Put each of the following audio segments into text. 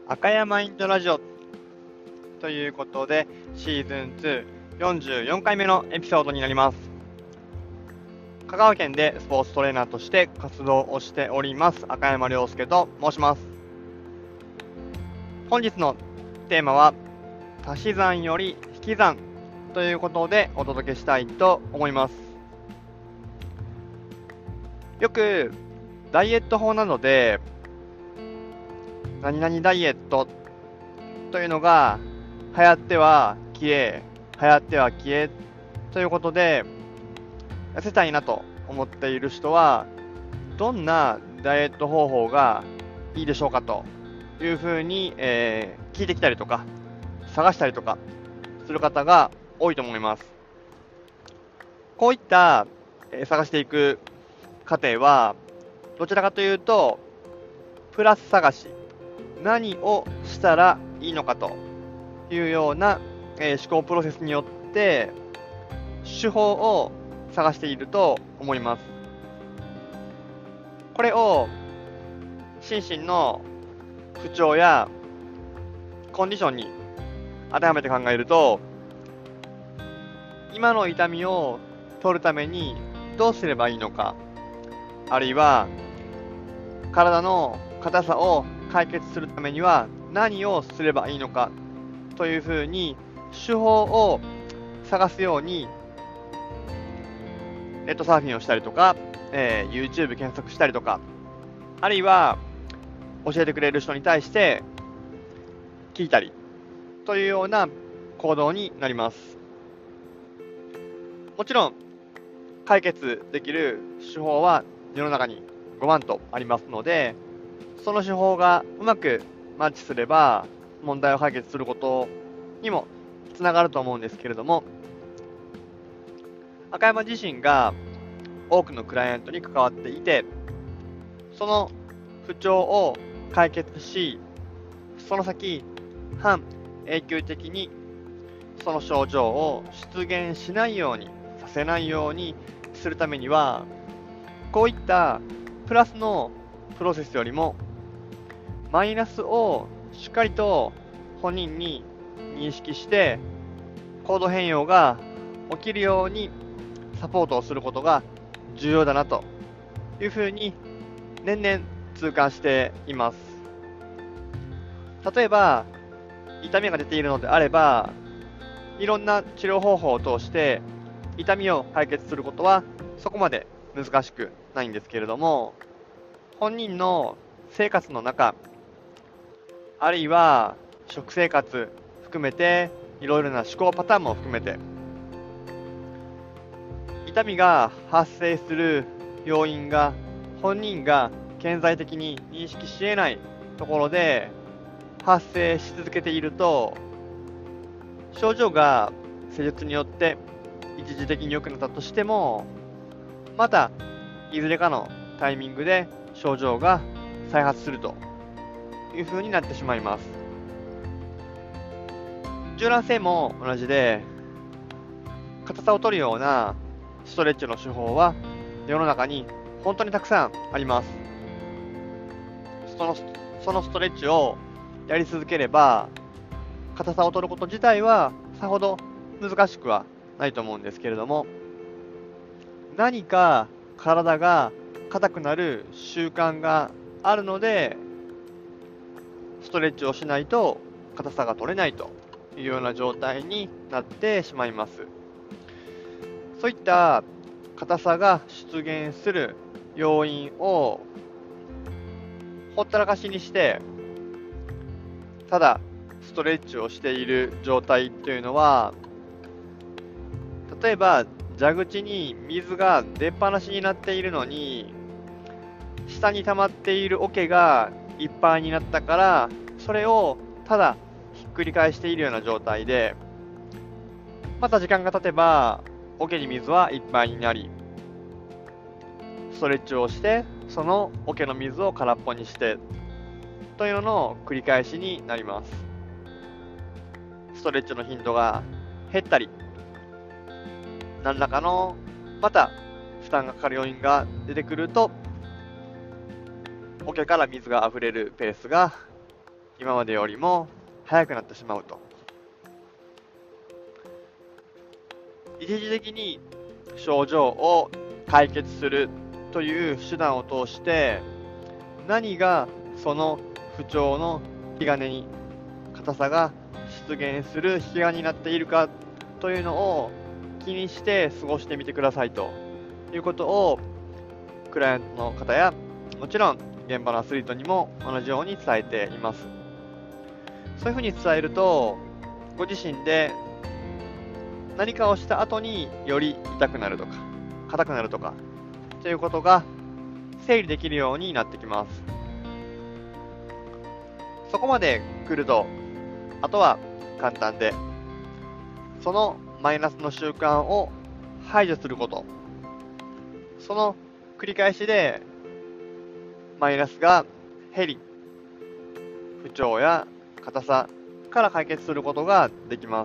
赤山インドラジオということでシーズン2 44回目のエピソードになります。香川県でスポーツトレーナーとして活動をしております赤山亮介と申します。本日のテーマは足し算より引き算ということでお届けしたいと思います。よくダイエット法などで何々ダイエットというのが流行っては消えということで痩せたいなと思っている人はどんなダイエット方法がいいでしょうかというふうに、聞いてきたりとか探したりとかする方が多いと思います。こういった、探していく過程はどちらかというとプラス探し、何をしたらいいのかというような、思考プロセスによって手法を探していると思います。これを心身の不調やコンディションに当てはめて考えると、今の痛みを取るためにどうすればいいのか、あるいは体の硬さを解決するためには何をすればいいのかというふうに手法を探すようにネットサーフィンをしたりとか、YouTube 検索したりとか、あるいは教えてくれる人に対して聞いたりというような行動になります。もちろん解決できる手法は世の中に5万とありますので、その手法がうまくマッチすれば問題を解決することにもつながると思うんですけれども、赤山自身が多くのクライアントに関わっていて、その不調を解決し、その先半永久的にその症状を出現しないようにさせないようにするためには、こういったプラスのプロセスよりもマイナスをしっかりと本人に認識して行動変容が起きるようにサポートをすることが重要だなというふうに年々痛感しています。例えば痛みが出ているのであれば、いろんな治療方法を通して痛みを解決することはそこまで難しくないんですけれども、本人の生活の中、あるいは食生活含めていろいろな思考パターンも含めて痛みが発生する要因が本人が顕在的に認識し得ないところで発生し続けていると、症状が施術によって一時的に良くなったとしても、またいずれかのタイミングで症状が再発するという風になってしまいます。柔軟性も同じで、硬さを取るようなストレッチの手法は世の中に本当にたくさんあります。そのストレッチをやり続ければ、硬さを取ること自体はさほど難しくはないと思うんですけれども、何か体が硬くなる習慣があるので、ストレッチをしないと硬さが取れないというような状態になってしまいます。そういった硬さが出現する要因をほったらかしにして、ただストレッチをしている状態というのは、例えば蛇口に水が出っ放しになっているのに、下に溜まっている桶がいっぱいになったから、それをただひっくり返しているような状態で、また時間が経てば桶に水はいっぱいになり、ストレッチをしてその桶の水を空っぽにしてというのの繰り返しになります。ストレッチの頻度が減ったり、何らかのまた負担がかかる要因が出てくると、桶から水が溢れるペースが今までよりも早くなってしまうと。一時的に症状を解決するという手段を通して、何がその不調の引き金に、硬さが出現する引き金になっているかというのを気にして過ごしてみてくださいということを、クライアントの方や、もちろん現場のアスリートにも同じように伝えています。そういうふうに伝えると、ご自身で何かをした後により痛くなるとか、硬くなるとか、ということが整理できるようになってきます。そこまで来ると、あとは簡単で、そのマイナスの習慣を排除すること。その繰り返しで、マイナスが減り、不調や硬さから解決することができます。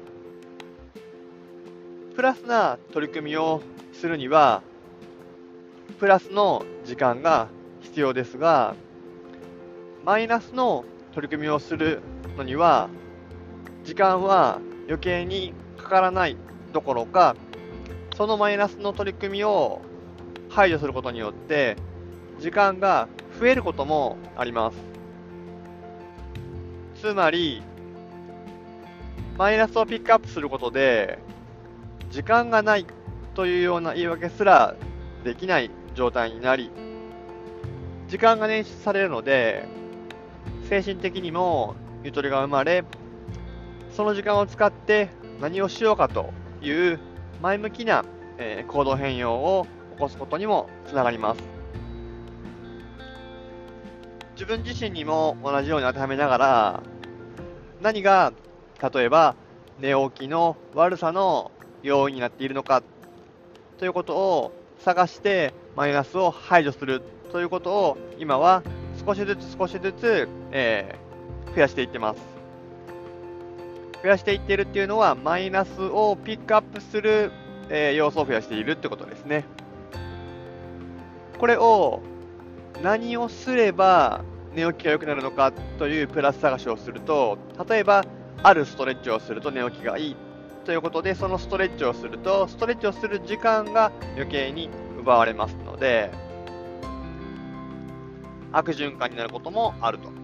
プラスな取り組みをするには、プラスの時間が必要ですが、マイナスの取り組みをするのには、時間は余計にかからないどころか、そのマイナスの取り組みを排除することによって、時間が増えることもあります。つまり、マイナスをピックアップすることで、時間がないというような言い訳すらできない状態になり、時間が捻出されるので、精神的にもゆとりが生まれ、その時間を使って何をしようかという前向きな行動変容を起こすことにもつながります。自分自身にも同じように当てはめながら、何が例えば寝起きの悪さの要因になっているのかということを探してマイナスを排除するということを今は少しずつ少しずつ、増やしていってます。増やしていっているっていうのはマイナスをピックアップする、要素を増やしているってことですね。これを何をすれば寝起きが良くなるのかというプラス探しをすると、例えばあるストレッチをすると寝起きがいいということで、そのストレッチをするとストレッチをする時間が余計に奪われますので、悪循環になることもあると。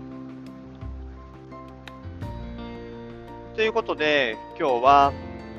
ということで今日は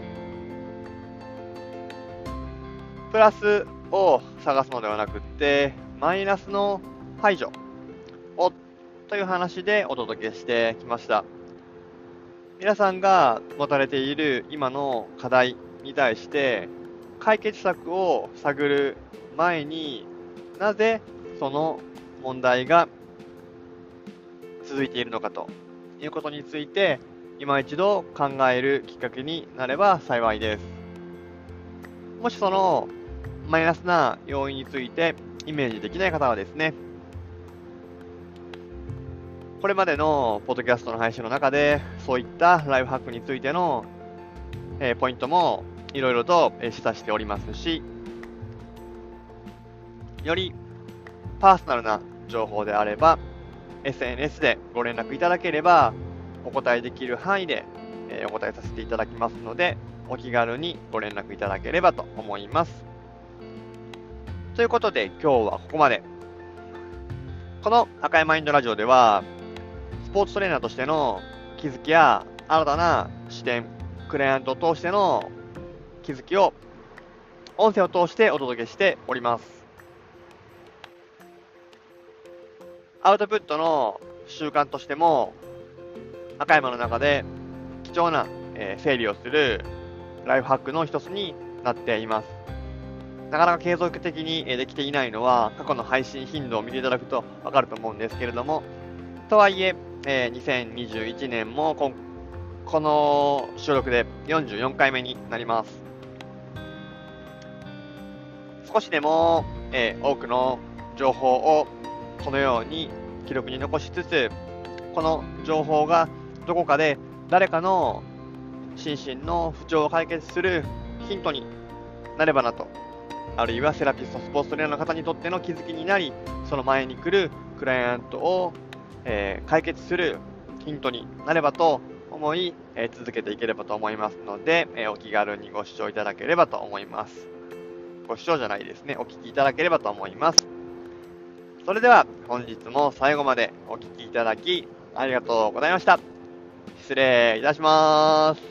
プラスを探すのではなくってマイナスの排除をという話でお届けしてきました。皆さんが持たれている今の課題に対して解決策を探る前に、なぜその問題が続いているのかということについて今一度考えるきっかけになれば幸いです。もしそのマイナスな要因についてイメージできない方はですね、これまでのポッドキャストの配信の中でそういったライフハックについての、ポイントもいろいろと示唆しておりますし、よりパーソナルな情報であれば SNS でご連絡いただければお答えできる範囲で、お答えさせていただきますので、お気軽にご連絡いただければと思います。ということで今日はここまで。この赤いマインドラジオではスポーツトレーナーとしての気づきや新たな視点、クライアントを通しての気づきを音声を通してお届けしております。アウトプットの習慣としても赤山の中で貴重な整理をするライフハックの一つになっています。なかなか継続的にできていないのは過去の配信頻度を見ていただくとわかると思うんですけれども、とはいえ2021年もこの収録で44回目になります。少しでも多くの情報をこのように記録に残しつつ、この情報がどこかで誰かの心身の不調を解決するヒントになればなと、あるいはセラピスト、スポーツトレーナーの方にとっての気づきになり、その前に来るクライアントを解決するヒントになればと思い、続けていければと思いますので、お気軽にご視聴いただければと思います。ご視聴じゃないですね。お聞きいただければと思います。それでは本日も最後までお聞きいただきありがとうございました。失礼いたします。